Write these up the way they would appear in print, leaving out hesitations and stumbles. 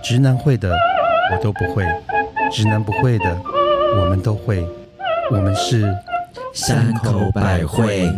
直男会的我都不会，直男不会的我们都会，我们是山口百惠。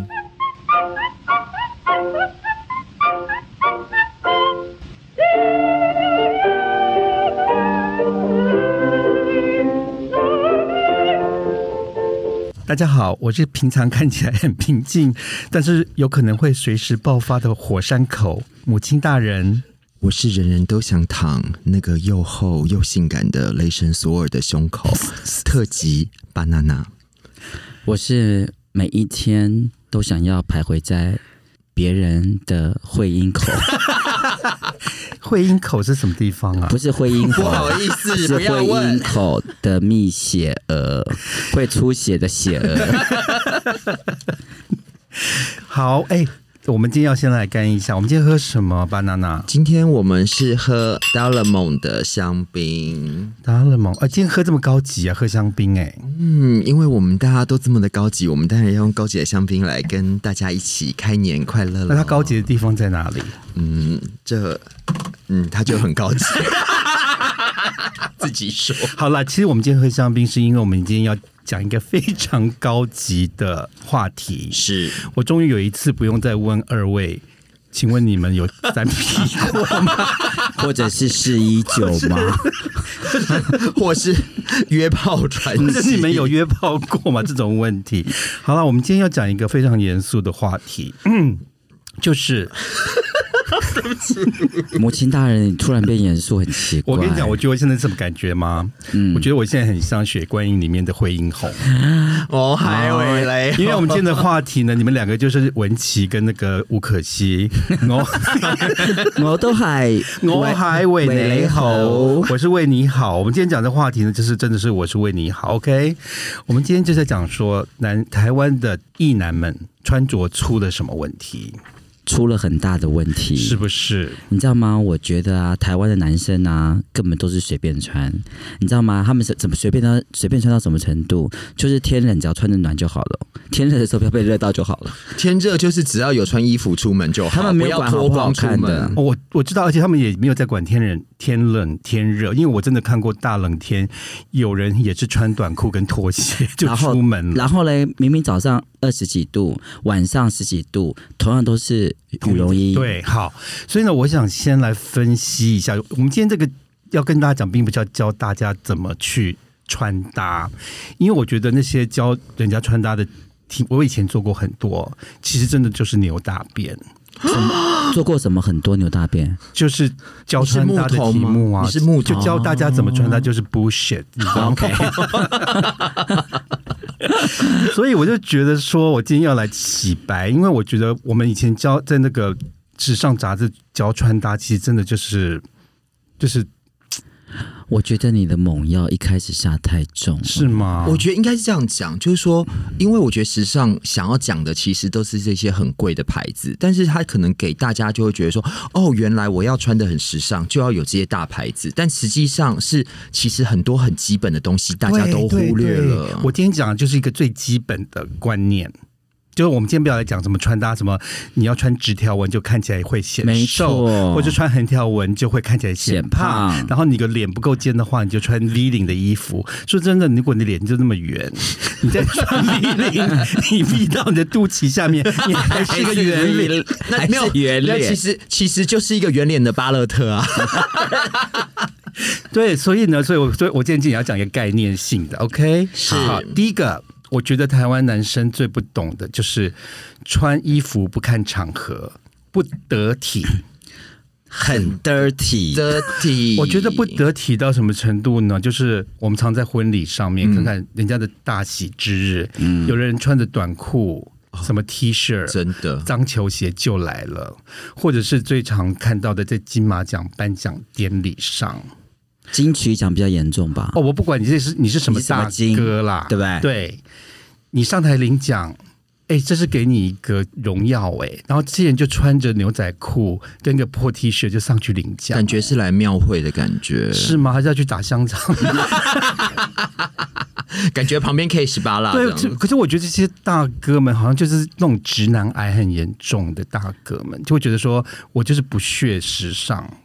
大家好，我是平常看起来很平静，但是有可能会随时爆发的火山口母亲大人。 我是人人都想躺那个又厚又性感的雷神索尔的胸口特级 banana。 我是每一天都想要徘徊在别人的会阴口。 会阴口是什么地方啊？ 不是会阴口， 不好意思， 是会阴口的蜜血儿，会出血的血儿。 好，我们今天要先来干一下。我们今天喝什么 banana？ 今天我们是喝 Dallemon 的香槟。 Dallemon，今天喝这么高级啊，喝香槟因为我们大家都这么的高级，我们当然要用高级的香槟来跟大家一起开年快乐了。 那它高级的地方在哪里？ 它就很高级。自己说。 好啦，其实我们今天喝香槟是因为我们今天要讲一个非常高级的话题。 是我终于有一次不用再问二位，请问你们有3P 过吗？ 或者是试119吗？ 或是约炮传奇？ 或者你们有约炮过吗？这种问题。好了，我们今天要讲一个非常严肃的话题，就是对不起， 母亲大人，你突然变严肃，很奇怪。 我跟你讲，我觉得我现在什么感觉吗？我觉得我现在很像雪观音里面的惠英红。 哦，还回来， 因为我们今天的话题呢，你们两个就是文琪跟那个吴可希。 我都还为你好，我是为你好。我们今天讲的话题呢，就是真的是我是为你好。OK， 我们今天就在讲说台湾的异男们穿着出了什么问题。 出了很大的问题， 是不是？ 你知道吗？我觉得啊，台湾的男生啊，根本都是随便穿，你知道吗？他们怎么随便穿到什么程度？就是天冷只要穿着暖就好了，天热的时候不要被热到就好了。 天热就是只要有穿衣服出门就好， 他们没有管好不好看的。 我知道，而且他们也没有在管天冷天热，因为我真的看过大冷天，有人也是穿短裤跟拖鞋就出门了。 然后嘞，明明早上20几度，晚上10几度，同样都是羽绒衣。 对，好，所以呢，我想先来分析一下。我们今天这个要跟大家讲，并不是要教大家怎么去穿搭，因为我觉得那些教人家穿搭的，我以前做过很多，其实真的就是牛大便。 做过什么很多牛大便？ 就是教穿搭的题目啊， 你是木头， 就教大家怎么穿搭，就是 bullshit， 你知道吗？ 所以我就觉得说，我今天要来洗白，因为我觉得我们以前教在那个时尚杂志教穿搭，其实真的就是。 我觉得你的猛药一开始下太重了， 是吗？ 我觉得应该是这样讲，就是说，因为我觉得时尚想要讲的其实都是这些很贵的牌子，但是他可能给大家就会觉得说，哦，原来我要穿得很时尚，就要有这些大牌子，但实际上是其实很多很基本的东西大家都忽略了。 对，我今天讲的就是一个最基本的观念。就是我们今天不要来讲什么穿搭，什么你要穿直条纹就看起来会显瘦，或者穿横条纹就会看起来显胖。然后你的脸不够尖的话，你就穿 V 领的衣服。说真的，如果你的脸就那么圆，你再穿 V 领，你 V 到你的肚脐下面，你还是一个圆脸， 那没有圆脸，其实就是一个圆脸的巴勒特啊。 对，所以我今天要讲一个概念性的 ，OK？ 好，第一个。我觉得台湾男生最不懂的就是穿衣服不看场合，不得体， 很 dirty。 我觉得不得体到什么程度呢？就是我们常在婚礼上面看看人家的大喜之日，有人穿着短裤。什么 T 恤， 真的脏球鞋就来了，或者是最常看到的在金马奖颁奖典礼上。 金曲奖比较严重吧？ 我不管你是什么大哥啦， 对不对？ 对，你上台领奖，这是给你一个荣耀然后这些人就穿着牛仔裤跟个破 T 恤就上去领奖， 感觉是来庙会的感觉， 是吗？还是要去打香肠？ 感觉旁边可以18啦。 对，可是我觉得这些大哥们好像就是那种直男癌很严重的大哥们，就会觉得说我就是不屑时尚。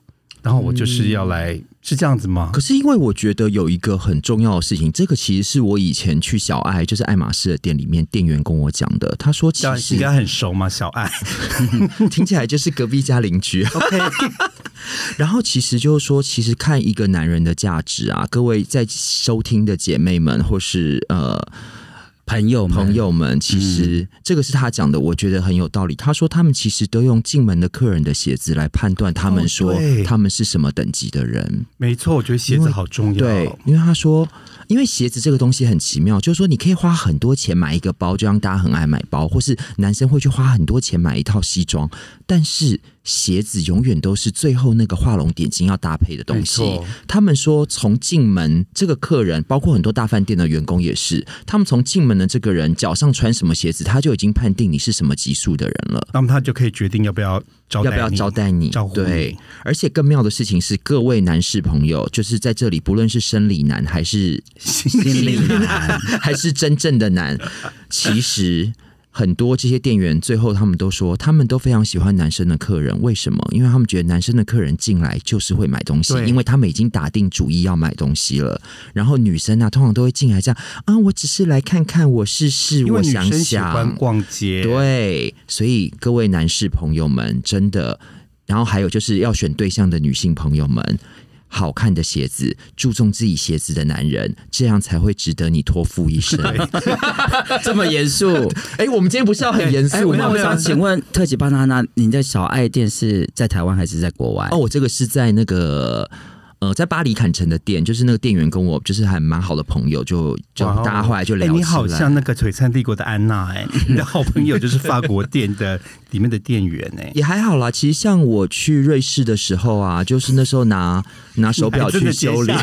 然后我就是要来，是这样子吗？ 可是因为我觉得有一个很重要的事情，这个其实是我以前去小爱，就是爱马仕的店里面店员跟我讲的。他说其实应该很熟吗？小爱听起来就是隔壁家邻居。OK， 然后其实就是说，其实看一个男人的价值啊，各位在收听的姐妹们或是朋友们，其实这个是他讲的，我觉得很有道理。他说他们其实都用进门的客人的鞋子来判断他们说他们是什么等级的人。 没错，我觉得鞋子好重要。 对，因为他说，因为鞋子这个东西很奇妙，就是说你可以花很多钱买一个包，就像大家很爱买包，或是男生会去花很多钱买一套西装，但是鞋子永远都是最后那个画龙点睛要搭配的东西。他们说从进门这个客人，包括很多大饭店的员工也是，他们从进门的这个人脚上穿什么鞋子，他就已经判定你是什么级数的人了， 那么他就可以决定要不要招待你。 对，而且更妙的事情是，各位男士朋友，就是在这里，不论是生理男还是心理男，还是真正的男，其实很多这些店员最后他们都说，他们都非常喜欢男生的客人。为什么？因为他们觉得男生的客人进来就是会买东西，因为他们已经打定主意要买东西了。然后女生啊，通常都会进来这样啊，我只是来看看，我试试，我想想。 因为女生喜欢逛街， 对，所以各位男士朋友们，真的，然后还有就是要选对象的女性朋友们。好看的鞋子，注重自己鞋子的男人，这样才会值得你托付一生。 这么严肃？ 我们今天不是要很严肃吗？ 我想请问特级巴娜娜，你的小爱店是在台湾还是在国外？ 我这个是在那个在巴黎坎城的店，就是那个店员跟我就是还蛮好的朋友，就大家后来就聊起来。 你好像那个璀璨帝国的安娜你的好朋友就是法国店的里面的店员也还好啦。其实像我去瑞士的时候啊，就是那时候拿手表去修理。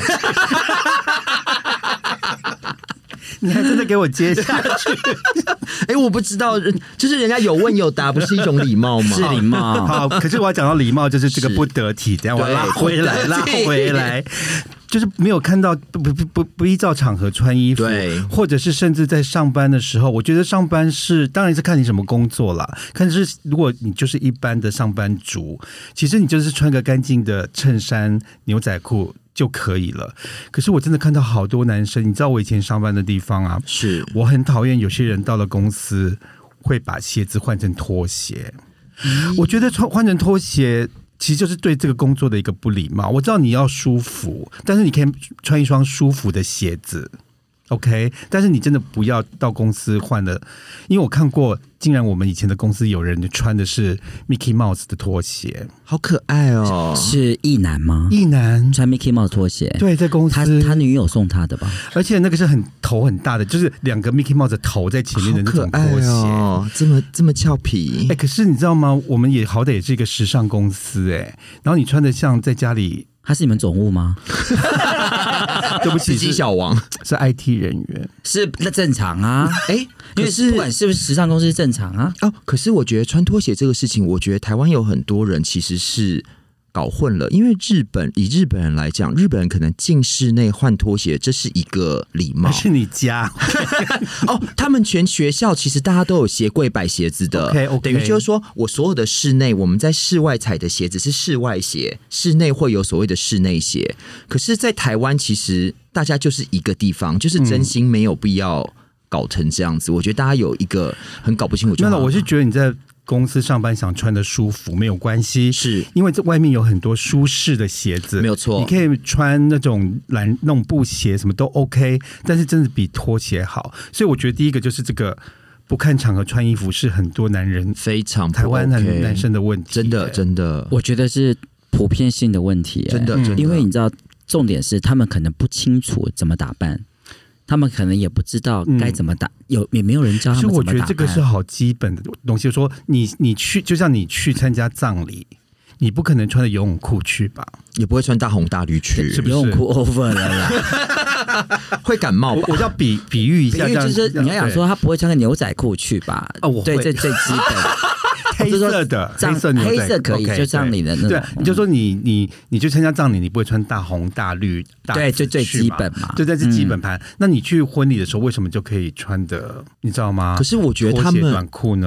你还真的给我接下去？ 我不知道，就是人家有问有答，不是一种礼貌吗？ 是礼貌。 好，可是我要讲到礼貌，就是这个不得体，等一下我拉回来。就是没有看到不依照场合穿衣服， 对， 或者是甚至在上班的时候，我觉得上班是当然是看你什么工作啦。但是如果你就是一般的上班族，其实你就是穿个干净的衬衫、牛仔裤就可以了。可是我真的看到好多男生，你知道我以前上班的地方啊， 是我很讨厌有些人到了公司会把鞋子换成拖鞋。我觉得换成拖鞋其实就是对这个工作的一个不礼貌。我知道你要舒服，但是你可以穿一双舒服的鞋子 OK， 但是你真的不要到公司换的，因为我看过竟然我们以前的公司有人穿的是 Mickey Mouse 的拖鞋， 好可爱哦。 是异男吗？ 异男穿 Mickey Mouse 拖鞋， 对，在公司他女友送他的吧， 而且那个是头很大的，就是两个 Mickey Mouse 的头在前面的那种拖鞋， 哦，这么俏皮。 可是你知道吗？我们也好歹也是一个时尚公司然后你穿的像在家里。 他是你们总务吗？ 对不起，是小王， 是 IT 人员， 是那正常啊。因为是不管是不是时尚公司是正常啊。 可是我觉得穿拖鞋这个事情，我觉得台湾有很多人其实是搞混了，因为以日本人来讲，日本人可能进室内换拖鞋，这是一个礼貌。 是你家他们全学校其实大家都有鞋柜摆鞋子的 ，OK， 等于就是说我所有的室内，我们在室外踩的鞋子是室外鞋，室内会有所谓的室内鞋。可是，在台湾其实大家就是一个地方，就是真心没有必要搞成这样子。我觉得大家有一个很搞不清楚就好。 我是觉得你在公司上班想穿的舒服没有关系， 是因为这外面有很多舒适的鞋子， 没有错， 你可以穿那种那种布鞋，什么都 OK， 但是真的比拖鞋好。所以我觉得第一个就是这个不看场合穿衣服是很多男人非常台湾男生的问题， 真的， 我觉得是普遍性的问题， 真的， 因为你知道，重点是他们可能不清楚怎么打扮。他们可能也不知道该怎么打，也没有人教他们怎么打扮。 其实我觉得这个是好基本的东西。说你去，就像你去参加葬礼，你不可能穿着游泳裤去吧？ 也不会穿大红大绿去， 是不是？ 游泳裤 over 了啦， 会感冒吧？ 我要比喻一下， 就是你要想说他不会穿个牛仔裤去吧？对，这最基本。 黑色的黑色可以，就葬礼的那种。 对，你就说你去参加葬礼，你不会穿大红大绿大对，就最基本嘛。 对，这是基本盘。那你去婚礼的时候，为什么就可以穿的？你知道吗？ 可是我觉得他们拖鞋短裤呢？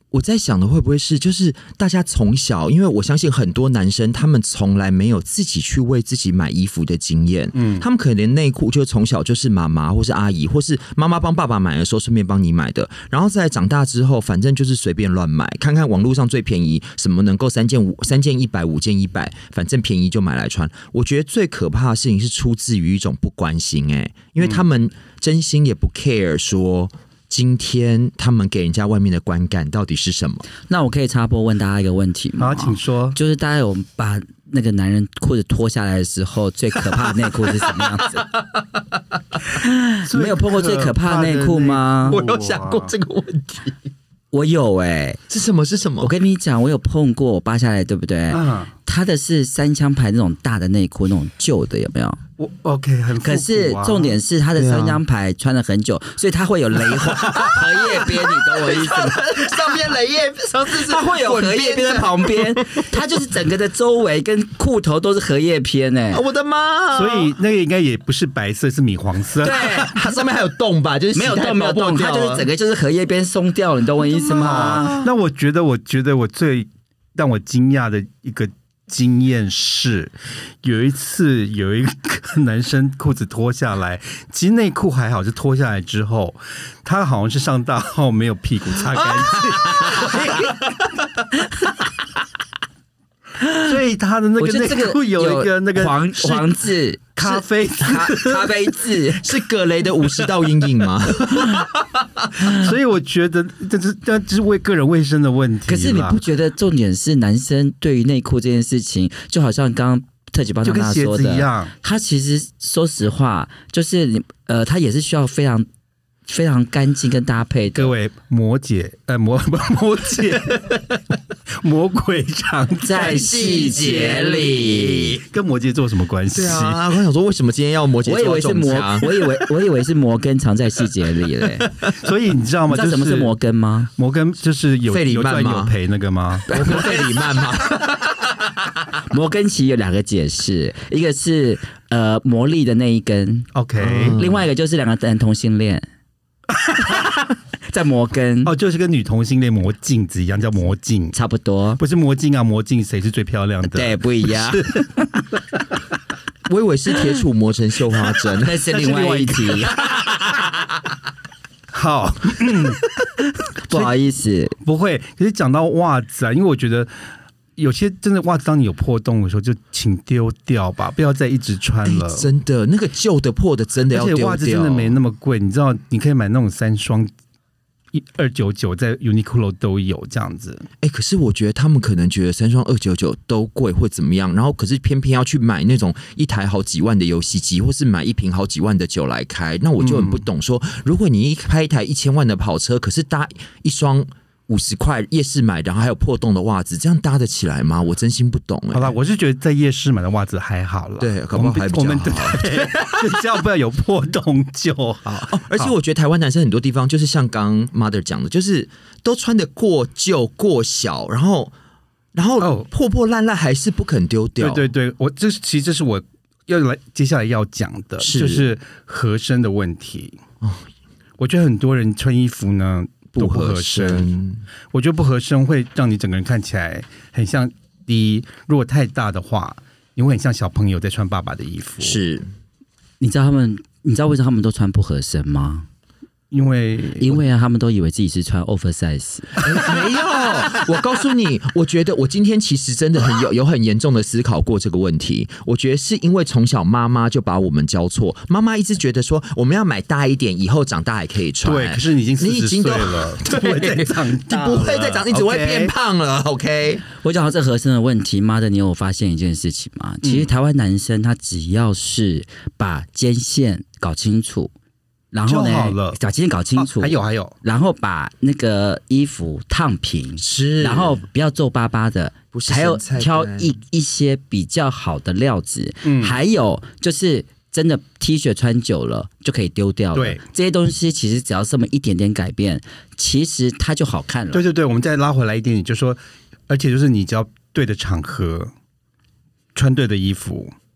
我在想的会不会是，就是大家从小，因为我相信很多男生他们从来没有自己去为自己买衣服的经验，他们可能连内裤就从小就是妈妈或是阿姨或是妈妈帮爸爸买的时候顺便帮你买的，然后再长大之后，反正就是随便乱买，看看网络上最便宜，什么能够3件100、5件100，反正便宜就买来穿。我觉得最可怕的事情是出自于一种不关心，因为他们真心也不 care 说。今天他们给人家外面的观感到底是什么？ 那我可以插播问大家一个问题吗？ 好，请说。 就是大家有把那个男人裤子脱下来的时候，最可怕的内裤是什么样子？没有碰过最可怕的内裤吗？ 我有想过这个问题。 我有是什么？ 我跟你讲，我有碰过，我扒下来，对不对？它的是3枪牌那种大的内裤，那种旧的，有没有？ 我 OK 很复古啊， 可是重点是它的3枪牌穿了很久，所以它会有荷叶边，你懂我意思吗？ 上面荷叶， 它会有荷叶边在旁边，它就是整个的周围跟裤头都是荷叶边我的妈！ 所以那个应该也不是白色，是米黄色。 对， 它上面还有洞吧？就是没有洞，它就是整个就是荷叶边松掉了，你懂我意思吗？ 那我觉得我最让我惊讶的一个经验是，有一次有一个男生裤子脱下来，其实内裤还好，是脱下来之后，他好像是上大号没有屁股擦干净，所以他的那个内裤有一个那个黄字。 咖啡字是葛雷的50道阴影吗？ 所以我觉得这是为个人卫生的问题。 可是你不觉得重点是男生对于内裤这件事情，就好像刚刚特级巴娜娜说的一样， 他其实说实话，就是他也是需要非常非常干净跟搭配的。 各位魔鬼藏在细节里，跟摩羯座什么关系？ 对啊，我想说为什么今天要摩羯座？ 我以为是摩根藏在细节里嘞。 所以你知道吗？ 你知道什么是摩根吗？ 摩根就是有赚有赔那个吗？ 摩根费里曼吗？ 摩根其实有2个解释，一个是魔力的那一根 ，OK， 另外一个就是2个男同性恋。在摩根就是跟女同性恋磨镜子一样，叫魔镜， 差不多。 不是魔镜啊，魔镜谁是最漂亮的？ 对，不一样。 我以为是铁杵磨成绣花针， 那是另外一题。 好， 不好意思， 不会。可是讲到袜子啊，因为我觉得有些真的袜子，当你有破洞的时候，就请丢掉吧，不要再一直穿了。 真的，那个旧的破的真的要丢掉。 而且袜子真的没那么贵，你知道，你可以买那种3双299，在 Uniqlo 都有这样子。 可是我觉得他们可能觉得3双299都贵会怎么样，然后可是偏偏要去买那种一台好几万的游戏机，或是买一瓶好几万的酒来开。那我就很不懂说，如果你开一台1000万的跑车，可是搭一双50块夜市买，然后还有破洞的袜子，这样搭得起来吗？我真心不懂。 好啦，我是觉得在夜市买的袜子还好啦， 对，搞不好还比较好。 只要不要有破洞就好。 而且我觉得台湾男生很多地方就是像刚 Mother 讲的，就是都穿得过旧过小，然后破破烂烂还是不肯丢掉。 对，其实这是我接下来要讲的，就是合身的问题。我觉得很多人穿衣服呢不合身，我觉得不合身会让你整个人看起来很像。第一，如果太大的话，你会很像小朋友在穿爸爸的衣服。 是，你知道为什么他们都穿不合身吗？因为他们都以为自己是穿 oversize。 没有，我告诉你，我觉得我今天其实真的有很严重的思考过这个问题。我觉得是因为从小妈妈就把我们教错，妈妈一直觉得说我们要买大一点，以后长大还可以穿。 对，可是你已经40岁了，不会再长大， 你不会再长，你只会变胖了。OK， 我讲到这合身的问题，妈的，你有发现一件事情吗？其实台湾男生他只要是把肩线搞清楚。然后呢，把肩搞清楚， 还有， 然后把那个衣服烫平， 是， 然后不要皱巴巴的， 不是， 还有挑一些比较好的料子，还有就是真的 T 恤穿久了就可以丢掉了。对，这些东西其实只要这么一点点改变，其实它就好看了。 对，我们再拉回来一点，就说，而且就是你只要对的场合，穿对的衣服。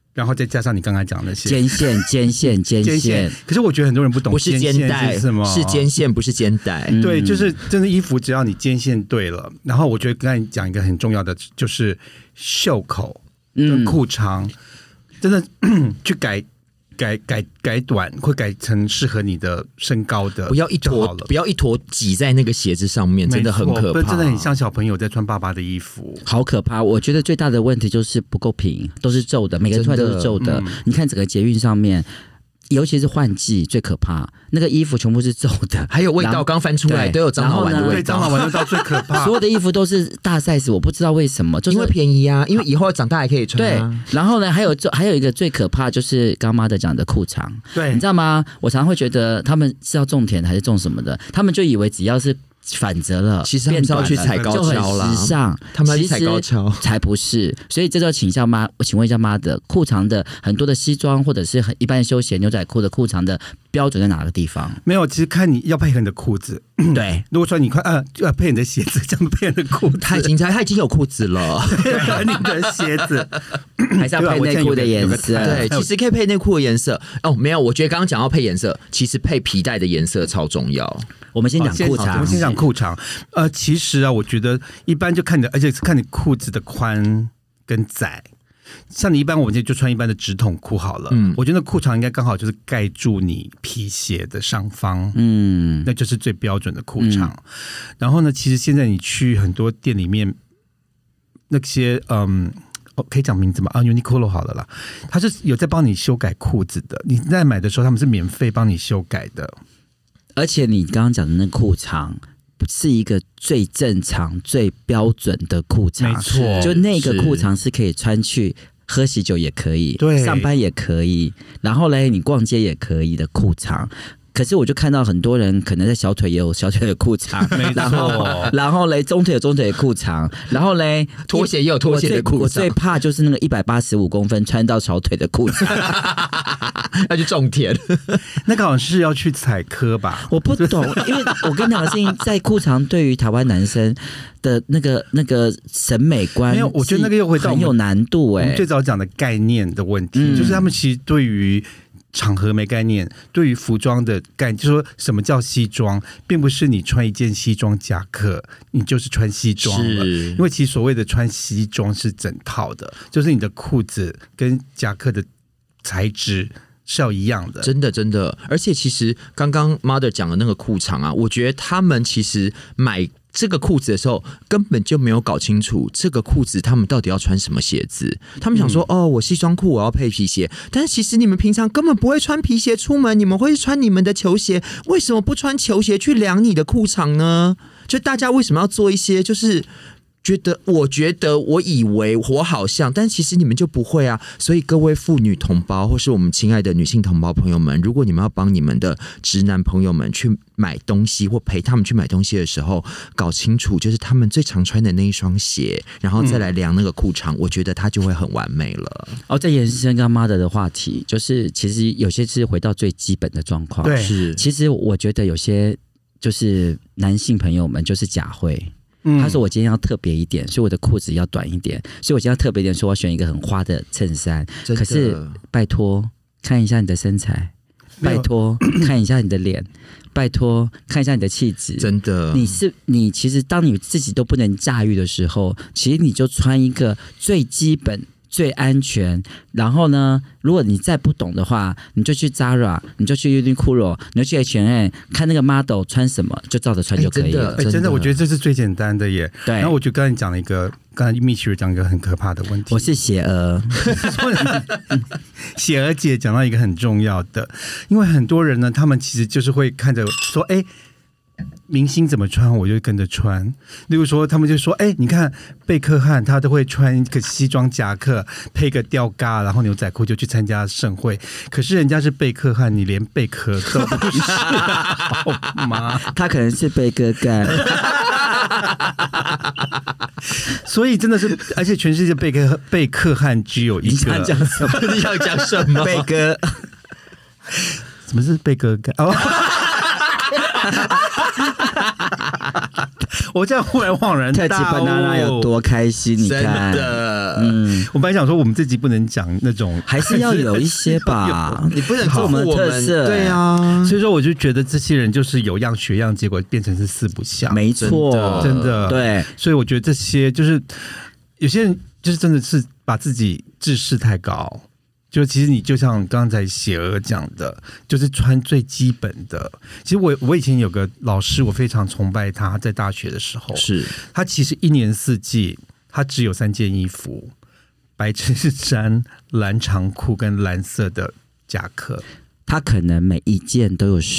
然后再加上你刚才讲的那些肩线。 可是我觉得很多人不懂， 不是肩带是什么？ 是肩线，不是肩带。 对，就是真的衣服，只要你肩线对了，然后我觉得刚才讲一个很重要的，就是袖口跟裤长，真的去改短，会改成适合你的身高的， 不要一坨挤在那个鞋子上面，真的很可怕， 真的很像小朋友在穿爸爸的衣服， 好可怕。我觉得最大的问题就是不够平，都是皱的，每个出来都是皱的。你看整个捷运上面。尤其是换季最可怕，那个衣服全部是皱的， 还有味道，刚翻出来都有樟脑丸的味道， 樟脑丸味道最可怕。 所有的衣服都是大 size， 我不知道为什么，就是因为便宜啊，因为以后长大还可以穿、啊。 对，然后呢，还有一个最可怕就是刚妈的讲的裤长， 对， 你知道吗？我常常会觉得他们是要种田还是种什么的，他们就以为只要是。反折了， 其实他们是要去踩高跷啦， 时尚， 他们要去踩高跷， 才不是。所以这就要请教妈，我请问一下妈的裤长的很多的西装或者是很一般的休闲牛仔裤的裤长的标准在哪个地方？ 没有，其实看你要配合你的裤子。 对， 如果说你要配你的鞋子，这样配你的裤子， 他已经有裤子了， 你的鞋子还是要配内裤的颜色。 对，其实可以配内裤的颜色。哦，没有，我觉得刚刚讲到配颜色，其实配皮带的颜色超重要。 我们先讲裤长， 我们先讲裤长。其实啊，我觉得一般就看你的，而且是看你裤子的宽跟窄。像你一般，我们就穿一般的直筒裤好了。我觉得裤长应该刚好就是盖住你皮鞋的上方，那就是最标准的裤长。然后呢，其实现在你去很多店里面，那些可以讲名字吗？Uniqlo 好了啦，他是有在帮你修改裤子的。你在买的时候，他们是免费帮你修改的。 而且你刚刚讲的那裤长是一个最正常、最标准的裤长， 没错， 就那个裤长是可以穿去喝喜酒也可以， 对， 上班也可以，然后嘞，你逛街也可以的裤长。可是我就看到很多人可能在小腿也有小腿的裤长，然后嘞中腿有中腿的裤长，然后嘞拖鞋也有拖鞋的裤长。 我最怕就是那个185公分穿到小腿的裤长， 要去种田， 那个好像是要去采科吧？ 我不懂，因为我跟你讲的事情，在裤长对于台湾男生的那个审美观， 没有，我觉得那个又会很有难度我们最早讲的概念的问题，就是他们其实对于场合没概念，对于服装的概念，就是说什么叫西装，并不是你穿一件西装夹克，你就是穿西装了。因为其实所谓的穿西装是整套的，就是你的裤子跟夹克的材质是要一样的， 真的真的。而且其实刚刚 Mother 讲的那个裤长啊，我觉得他们其实买这个裤子的时候根本就没有搞清楚这个裤子他们到底要穿什么鞋子。他们想说我西装裤我要配皮鞋，但是其实你们平常根本不会穿皮鞋出门，你们会穿你们的球鞋，为什么不穿球鞋去量你的裤长呢？就大家为什么要做一些就是我以为我好像，但其实你们就不会啊。所以各位妇女同胞，或是我们亲爱的女性同胞朋友们，如果你们要帮你们的直男朋友们去买东西，或陪他们去买东西的时候，搞清楚就是他们最常穿的那一双鞋，然后再来量那个裤长，我觉得它就会很完美了。 再延伸刚妈的话题，就是其实有些是回到最基本的状况。 对， 是。其实我觉得有些就是男性朋友们就是假会。他说我今天要特别一点，所以我的裤子要短一点，所以我今天要特别一点，说我要选一个很花的衬衫。可是拜托看一下你的身材，拜托看一下你的脸，拜托看一下你的气质。 真的， 你其实当你自己都不能驾驭的时候，其实你就穿一个最基本最安全，然后呢，如果你再不懂的话，你就去 Zara， 你就去 Uniqlo， 你就去 H&M， 看那个 model 穿什么，就照着穿就可以了。 真的，我觉得这是最简单的耶。 对。 然后我就刚才讲了一个，刚才蜜雪讲一个很可怕的问题。 我是写鹅， 写鹅姐讲到一个很重要的，因为很多人呢，他们其实就是会看着说，明星怎么穿我就跟着穿。例如说他们就说你看贝克汉他都会穿一个西装夹克配个吊嘎，然后牛仔裤就去参加盛会，可是人家是贝克汉，你连贝壳都不是好吗？ 他可能是贝哥干。 所以真的是，而且全世界贝克汉只有一个。 你想讲什么？ 你想讲什么？ 贝哥？ 什么是贝哥干？我这样忽然恍然大悟， 特级 banana 有多开心？你看， 真的， 我本来想说我们这集不能讲那种， 还是要有一些吧， 你不能做我们的特色， 对啊。 所以说我就觉得这些人就是有样学样，结果变成是四不像， 没错， 真的对。 所以我觉得这些就是有些人就是真的是把自己志势太高。就其实你就像刚才写儿讲的，就是穿最基本的。其实我以前有个老师，我非常崇拜他，在大学的时候， 是他其实一年四季他只有3件衣服：白衬衫、蓝长裤跟蓝色的夹克。 他可能每一款都有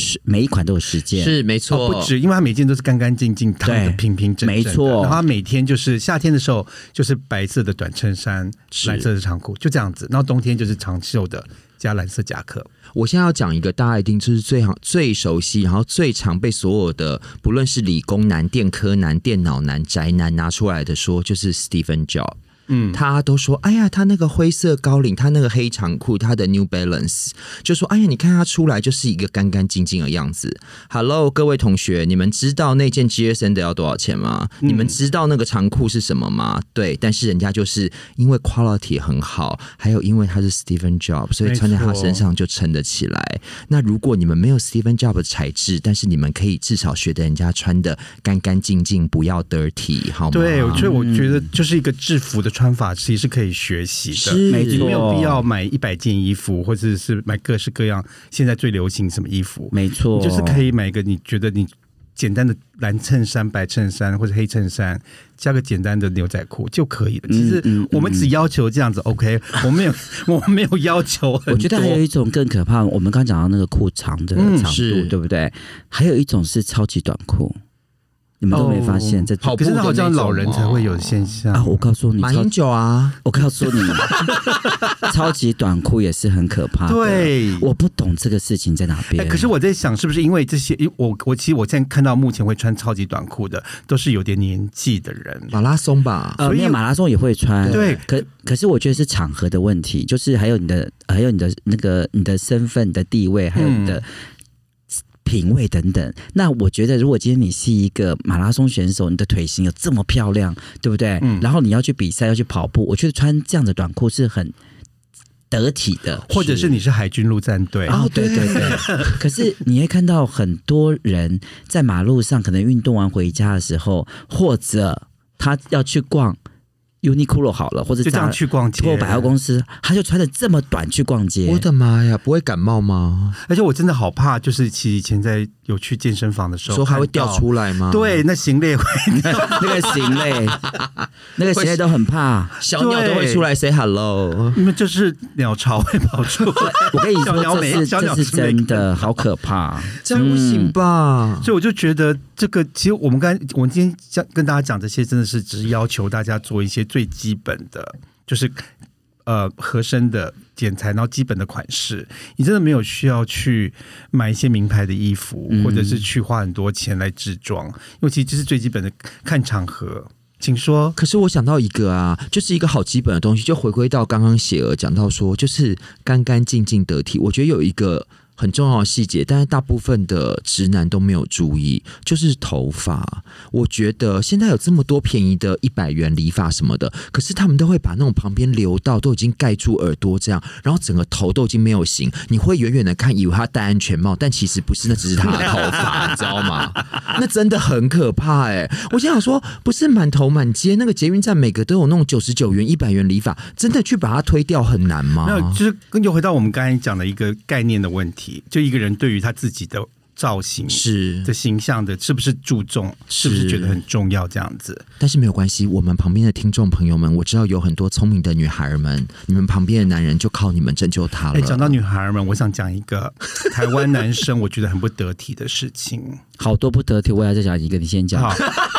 10件， 是没错， 不止，因为他每件都是干干净净、烫的平平整整的， 没错。 然后他每天就是夏天的时候就是白色的短衬衫、蓝色的长裤，就这样子。然后冬天就是长袖的加蓝色夹克。 我现在要讲一个大家一定就是最熟悉，然后最常被所有的不论是理工男、电科男、电脑男、宅男拿出来的说，就是 Stephen Jobs。他都说，哎呀，他那个灰色高领，他那个黑长裤，他的 New Balance， 就说，哎呀，你看他出来就是一个干干净净的样子。Hello， 各位同学，你们知道那件 GSN 的要多少钱吗？你们知道那个长裤是什么吗？对，但是人家就是因为 quality 很好，还有因为他是 Stephen Jobs， 所以穿在他身上就撑得起来。那如果你们没有 Stephen Jobs 的材质，但是你们可以至少学得人家穿的干干净净，不要 dirty， 好吗？ 对，我觉得就是一个制服的穿法其实是可以学习的，你没有必要买100件衣服，或者是买各式各样现在最流行什么衣服， 没错， 你就是可以买一个你觉得你简单的蓝衬衫、白衬衫或者黑衬衫，加个简单的牛仔裤就可以了。其实我们只要求这样子 ，OK， 我没有要求很多。 我觉得还有一种更可怕，我们刚讲到那个裤长的长度，对不对？还有一种是超级短裤。你们都没发现， 可是好像老人才会有的现象啊！我告诉你， 马英九啊， 我告诉你，超级短裤也是很可怕的。 对， 我不懂这个事情在哪边。 可是我在想，是不是因为这些？其实我现在看到目前会穿超级短裤的，都是有点年纪的人， 马拉松吧， 所以马拉松也会穿。 对， 可是我觉得是场合的问题，就是还有你的那个你的身份、你的地位，还有你的品味等等。那我觉得，如果今天你是一个马拉松选手，你的腿型有这么漂亮，对不对？然后你要去比赛，要去跑步，我觉得穿这样的短裤是很得体的。 或者是你是海军陆战队哦，对对对。可是你会看到很多人在马路上，可能运动完回家的时候，或者他要去逛Uniqlo 好了，或者就这样去逛街， 或百货公司，他就穿的这么短去逛街。 我的妈呀，不会感冒吗？ 而且我真的好怕，就是其实以前有去健身房的时候， 说还会掉出来吗？ 对，那行类会那个行类都很怕， 小鸟都会出来 say hello， 因为就是鸟巢会跑出来。 我跟你说，这是真的，好可怕， 这样不行吧？ 所以我就觉得这个，其实我们今天跟大家讲这些，真的是只是要求大家做一些最基本的，就是合身的剪裁，然后基本的款式，你真的没有需要去买一些名牌的衣服，或者是去花很多钱来制装，因为其实这是最基本的，看场合。请说。 可是我想到一个啊，就是一个好基本的东西，就回归到刚刚写儿讲到说，就是干干净净得体。我觉得有一个很重要的细节，但是大部分的直男都没有注意，就是头发。我觉得现在有这么多便宜的100元理发什么的，可是他们都会把那种旁边留到都已经盖住耳朵这样，然后整个头都已经没有型，你会远远的看以为他戴安全帽，但其实不是，那只是他的头发，你知道吗？那真的很可怕欸。我想说，不是满头满街那个捷运站每个都有那种99元、100元理发，真的去把它推掉很难吗？ 没有，就是又回到我们刚才讲的一个概念的问题。就一个人对于他自己的造型是的形象的，是不是注重，是不是觉得很重要这样子？ 但是没有关系，我们旁边的听众朋友们，我知道有很多聪明的女孩们，你们旁边的男人就靠你们拯救他了。 讲到女孩们，我想讲一个台湾男生我觉得很不得体的事情。 好多不得体，我要再讲一个，你先讲。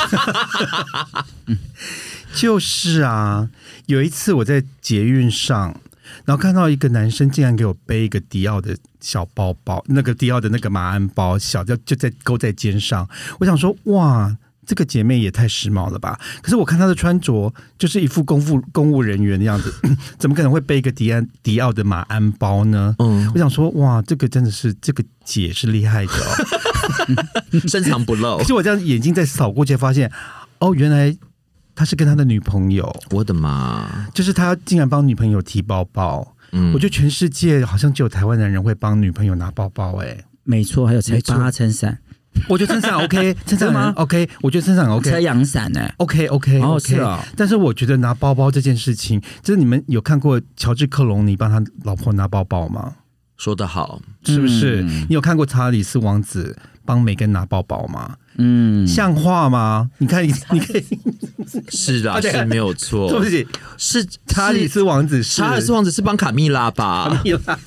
就是啊，有一次我在捷运上。然后看到一个男生竟然给我背一个迪奥的小包包，那个迪奥的那个马鞍包，小就在勾在肩上。我想说，哇，这个姐妹也太时髦了吧！可是我看她的穿着，就是一副公务人员的样子，怎么可能会背一个迪奥的马鞍包呢？我想说，哇，这个真的是这个姐是厉害的哦， 深藏不露。 可是我这样眼睛再扫过去，发现哦，原来他是跟他的女朋友， 我的妈！ 就是他竟然帮女朋友提包包。我觉得全世界好像只有台湾男人会帮女朋友拿包包。 没错，还有帮他撑伞。 我觉得撑伞 OK， 撑伞吗 OK， 我觉得撑伞 OK， 遮阳伞呢 OK， 是哦。 但是我觉得拿包包这件事情，就是你们有看过乔治克隆尼帮他老婆拿包包吗？ 说得好， 是不是？你有看过查理斯王子帮梅根拿包包吗？像话吗？你看，你可以是啊，是没有错， 对不起， 是查理斯王子是帮卡蜜拉吧？卡蜜拉。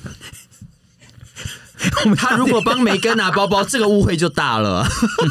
他如果帮梅根拿包包，这个误会就大了。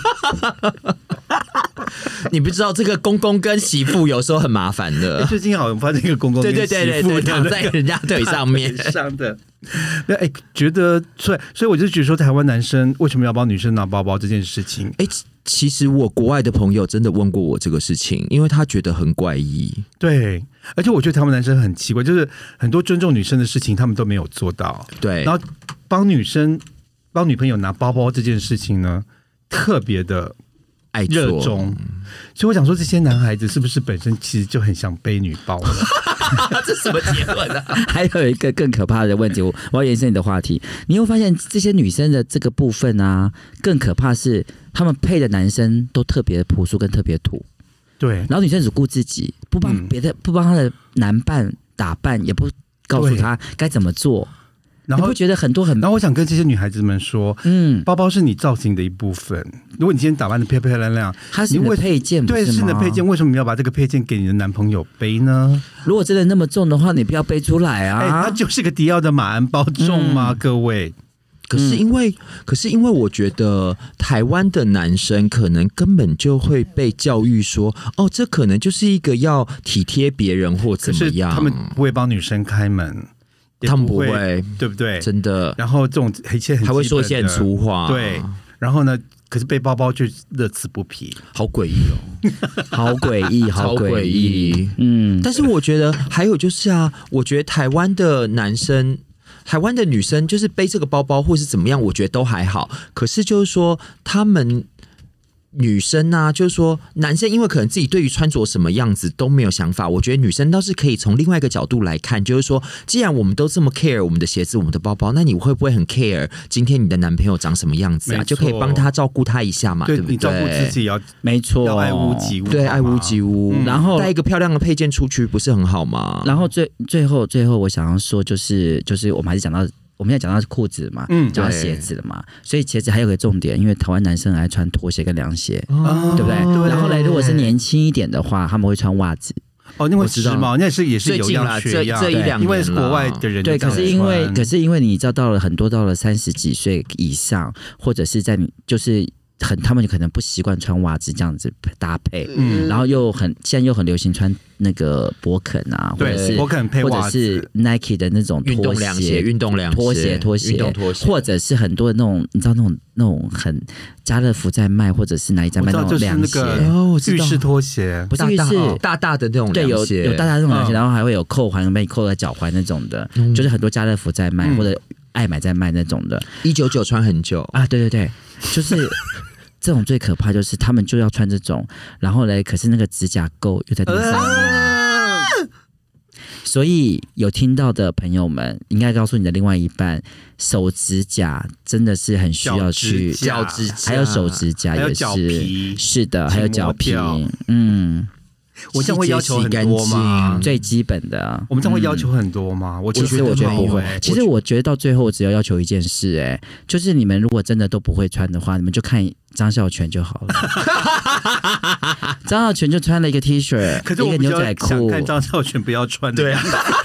你不知道这个公公跟媳妇有时候很麻烦的。 最近好像发现一个公公跟媳妇躺在人家腿上面上的。觉得所以我就觉得说，台湾男生为什么要帮女生拿包包这件事情？ 其实我国外的朋友真的问过我这个事情，因为他觉得很怪异。 对，而且我觉得台湾男生很奇怪，就是很多尊重女生的事情他们都没有做到。 对， 然后帮女朋友拿包包这件事情呢，特别的热衷。所以我想说，这些男孩子是不是本身其实就很想背女包了？ 这什么结论啊？ 还有一个更可怕的问题，我要延伸你的话题。你会发现这些女生的这个部分啊，更可怕是他们配的男生都特别朴素跟特别土。 对， 然后女生只顾自己，不帮他的男伴打扮，也不告诉他该怎么做。然后你不觉得很多然后我想跟这些女孩子们说，包包是你造型的一部分。如果你今天打扮的漂漂亮亮， 它是你的配件， 对，是你的配件，为什么你要把这个配件给你的男朋友背呢？ 如果真的那么重的话，你不要背出来啊！ 它就是个迪奥的马鞍包，重吗？各位。 可是因为我觉得台湾的男生可能根本就会被教育说，这可能就是一个要体贴别人或怎么样， 他们不会帮女生开门。 他们不会， 对不对？ 真的。 然后这种一切很还会说一些很粗话， 对。然后呢？可是背包包就乐此不疲， 好诡异哦， 好诡异，好诡异。 但是我觉得还有就是啊，我觉得台湾的男生、台湾的女生，就是背这个包包或是怎么样，我觉得都还好。可是就是说他们。女生啊，就是说男生因为可能自己对于穿着什么样子都没有想法，我觉得女生倒是可以从另外一个角度来看，就是说既然我们都这么 care 我们的鞋子我们的包包，那你会不会很 care 今天你的男朋友长什么样子啊？就可以帮他照顾他一下嘛，对不对？ 你照顾自己要没错， 要爱屋及乌， 对，爱屋及乌，然后带一个漂亮的配件出去不是很好吗？ 然后最后我想要说就是我们还是讲到我们要讲到裤子嘛，讲到鞋子了嘛，所以鞋子还有个重点，因为台湾男生爱穿拖鞋跟凉鞋，对不对？然后呢，如果是年轻一点的话，他们会穿袜子。 因为时髦，那也是有样学样， 这一两年， 因为国外的人对，可是因为你知道到了30几岁以上，或者是在你就是他们可能不习惯穿袜子这样子搭配，然后现在又很流行穿那个勃肯啊，或者是勃肯配袜子， 或者是 Nike 的那种运动凉鞋、 拖鞋，或者是很多的那种，你知道那种很家乐福在卖，或者是哪里在卖那种凉鞋， 浴室拖鞋， 不是浴室大的那种凉鞋， 对，有大那种凉鞋，然后还会有扣环，被扣在脚踝那种的，就是很多家乐福在卖，或者爱买在卖那种的 ，199穿很久啊，对，就是这种最可怕，就是他们就要穿这种，然后呢，可是那个指甲垢又在那上面，所以有听到的朋友们，应该告诉你的另外一半，手指甲真的是很需要去脚指甲， 还有手指甲也是，是的，还有脚皮， 我这样会要求很多吗？ 最基本的， 我们这样会要求很多吗？ 其实我觉得不会。其实我觉得到最后，我只要求一件事，就是你们如果真的都不会穿的话，你们就看张孝全就好了。张孝全就穿了一个 T 恤， 可是我一个牛仔裤。 想看张孝全不要穿的。对啊。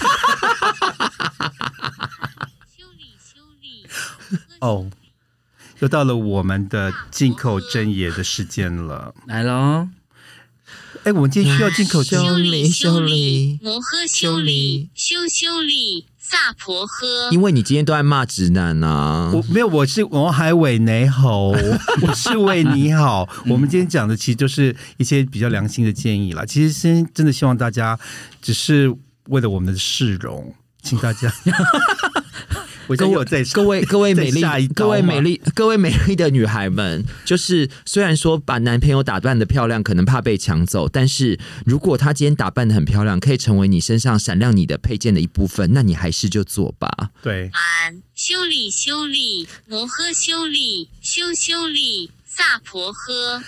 哦，又到了我们的进口真爷的时间了， 来喽。 我们今天需要进口修理摩诃修理萨婆诃。 因为你今天都在骂直男啊！ 我还为你好，我是为你好。我们今天讲的其实就是一些比较良心的建议啦。其实真的希望大家只是为了我们的市容，请大家各位美丽的女孩们，就是虽然说把男朋友打扮的漂亮，可能怕被抢走，但是如果他今天打扮的很漂亮，可以成为你身上闪亮你的配件的一部分，那你还是就做吧。 对， 修理摩诃修理修理萨婆诃。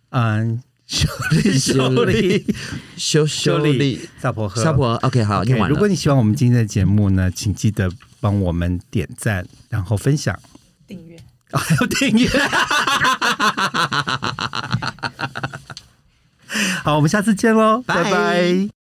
修理萨婆诃。 OK， 好，念完了。 如果你喜欢我们今天的节目呢，请记得帮我们点赞，然后分享、 订阅， 还有订阅。好，我们下次见喽，拜拜。